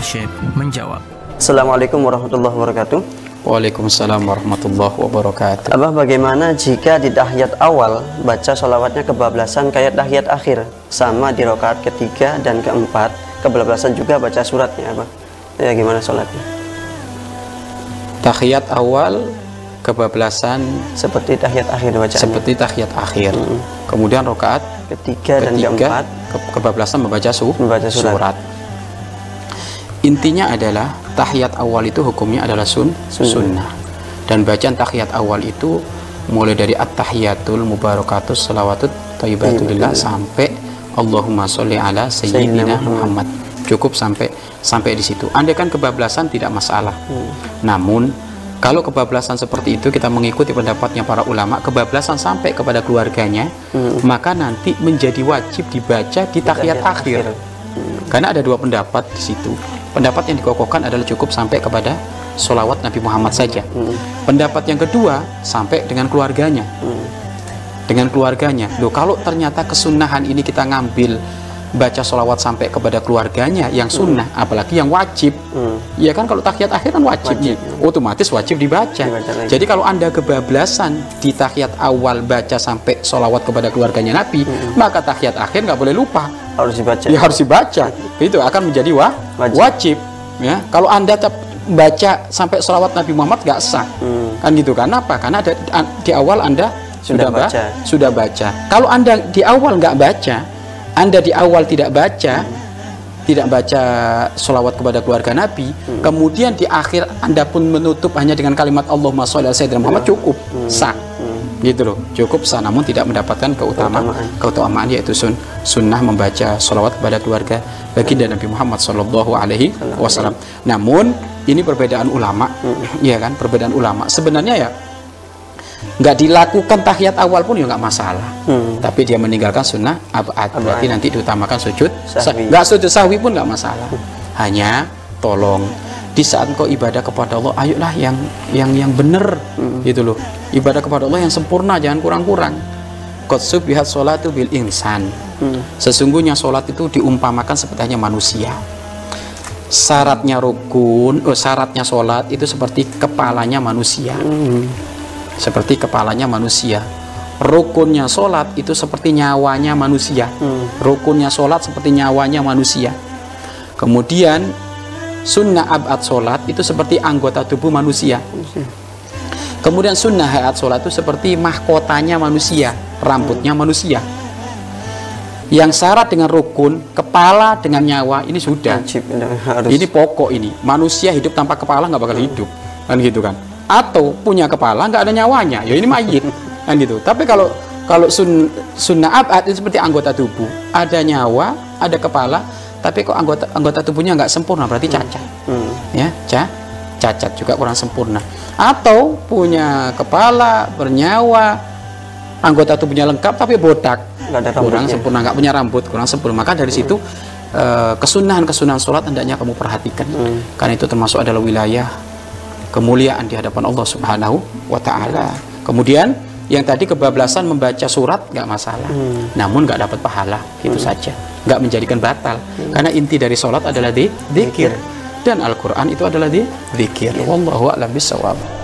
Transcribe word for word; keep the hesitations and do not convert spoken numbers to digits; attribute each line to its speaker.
Speaker 1: Syekh menjawab.
Speaker 2: Assalamualaikum warahmatullahi wabarakatuh.
Speaker 3: Waalaikumsalam warahmatullahi wabarakatuh.
Speaker 2: Abah, bagaimana jika di tahiyat awal baca sholawatnya kebablasan kayak tahiyat akhir, sama di rakaat ketiga dan keempat kebablasan juga baca suratnya, Abah? Ya, gimana sholatnya?
Speaker 3: Tahiyat awal kebablasan
Speaker 2: seperti tahiyat akhir bacaannya.
Speaker 3: Seperti tahiyat akhir. Hmm. Kemudian rakaat
Speaker 2: ketiga,
Speaker 3: ketiga
Speaker 2: dan keempat
Speaker 3: ke kebablasan membaca, su
Speaker 2: membaca surat.
Speaker 3: surat. Intinya adalah tahiyat awal itu hukumnya adalah sun sunnah. sunnah. Dan bacaan tahiyat awal itu mulai dari at-tahiyatul mubarakatus salawatut thayyibatulillah sampai Allahumma sholli ala sayyidina Muhammad. Cukup sampai sampai di situ. Andai kan kebablasan tidak masalah. Hmm. Namun kalau kebablasan seperti itu kita mengikuti pendapatnya para ulama, kebablasan sampai kepada keluarganya, hmm. maka nanti menjadi wajib dibaca di tahiyat akhir. Hmm. Karena ada dua pendapat di situ. Pendapat yang dikokohkan adalah cukup sampai kepada sholawat Nabi Muhammad saja. Hmm. Pendapat yang kedua sampai dengan keluarganya. Hmm. Dengan keluarganya. Loh, kalau ternyata kesunahan ini kita ngambil baca sholawat sampai kepada keluarganya yang sunnah, hmm. apalagi yang wajib, hmm. ya kan kalau tahiyat akhir kan wajib, wajib ya. Otomatis wajib dibaca, dibaca jadi kalau anda kebablasan di tahiyat awal baca sampai sholawat kepada keluarganya Nabi, hmm. maka tahiyat akhir nggak boleh lupa,
Speaker 2: harus dibaca,
Speaker 3: ya harus dibaca, itu akan menjadi wa wajib. wajib ya. Kalau anda baca sampai sholawat Nabi Muhammad nggak sah, hmm. kan gitu. Kenapa? Karena ada, di awal anda sudah, sudah baca, sudah baca. Kalau anda di awal nggak baca, Anda di awal tidak baca, hmm. tidak baca sholawat kepada keluarga Nabi, hmm. kemudian di akhir Anda pun menutup hanya dengan kalimat Allahumma sholli ala sayyidina Muhammad, cukup hmm. sah, hmm. gitu loh, cukup sah. Namun tidak mendapatkan keutamaan, keutamaan, keutamaan yaitu sun, sunnah membaca sholawat kepada keluarga baginda hmm. Nabi Muhammad Shallallahu Alaihi Wasallam. Namun ini perbedaan ulama, hmm. ya kan, perbedaan ulama. Sebenarnya ya nggak dilakukan tahiyat awal pun ya nggak masalah, hmm. tapi dia meninggalkan sunnah abad, berarti nanti diutamakan sujud sahwi. Nggak sujud sahwi pun nggak masalah, hmm. hanya tolong di saat kau ibadah kepada Allah, ayolah yang yang yang benar, hmm. gitu loh, ibadah kepada Allah yang sempurna, jangan kurang-kurang. Qad subihat sholatu bil insan, hmm. sesungguhnya sholat itu diumpamakan seperti hanya manusia. Syaratnya rukun, oh, syaratnya sholat itu seperti kepalanya manusia. hmm. Seperti kepalanya manusia. Rukunnya sholat itu seperti nyawanya manusia. hmm. Rukunnya sholat seperti nyawanya manusia. Kemudian sunnah abad sholat itu seperti anggota tubuh manusia. hmm. Kemudian sunnah hayat sholat itu seperti mahkotanya manusia, rambutnya hmm. manusia. Yang syarat dengan rukun, kepala dengan nyawa, ini sudah Wajib, harus. Ini pokok ini. Manusia hidup tanpa kepala nggak bakal hmm. hidup, kan gitu kan. Atau punya kepala nggak ada nyawanya, ya ini mayit, kan gitu. Tapi kalau kalau sun, sunnah abad itu seperti anggota tubuh, ada nyawa, ada kepala, tapi kok anggota anggota tubuhnya nggak sempurna, berarti cacat, hmm. ya, ca, cacat juga kurang sempurna. Atau punya kepala, bernyawa, anggota tubuhnya lengkap tapi botak, nggak ada kurang sempurna, nggak punya rambut, kurang sempurna. Maka dari hmm. situ uh, kesunahan-kesunahan sholat hendaknya kamu perhatikan, hmm. karena itu termasuk adalah wilayah kemuliaan di hadapan Allah Subhanahu wa Ta'ala. Kemudian yang tadi kebablasan membaca surat nggak masalah, hmm. namun nggak dapat pahala, itu hmm. saja, nggak menjadikan batal, hmm. karena inti dari sholat adalah di zikir, dan Al-Quran itu adalah di zikir. Wallahu a'lam bishawab.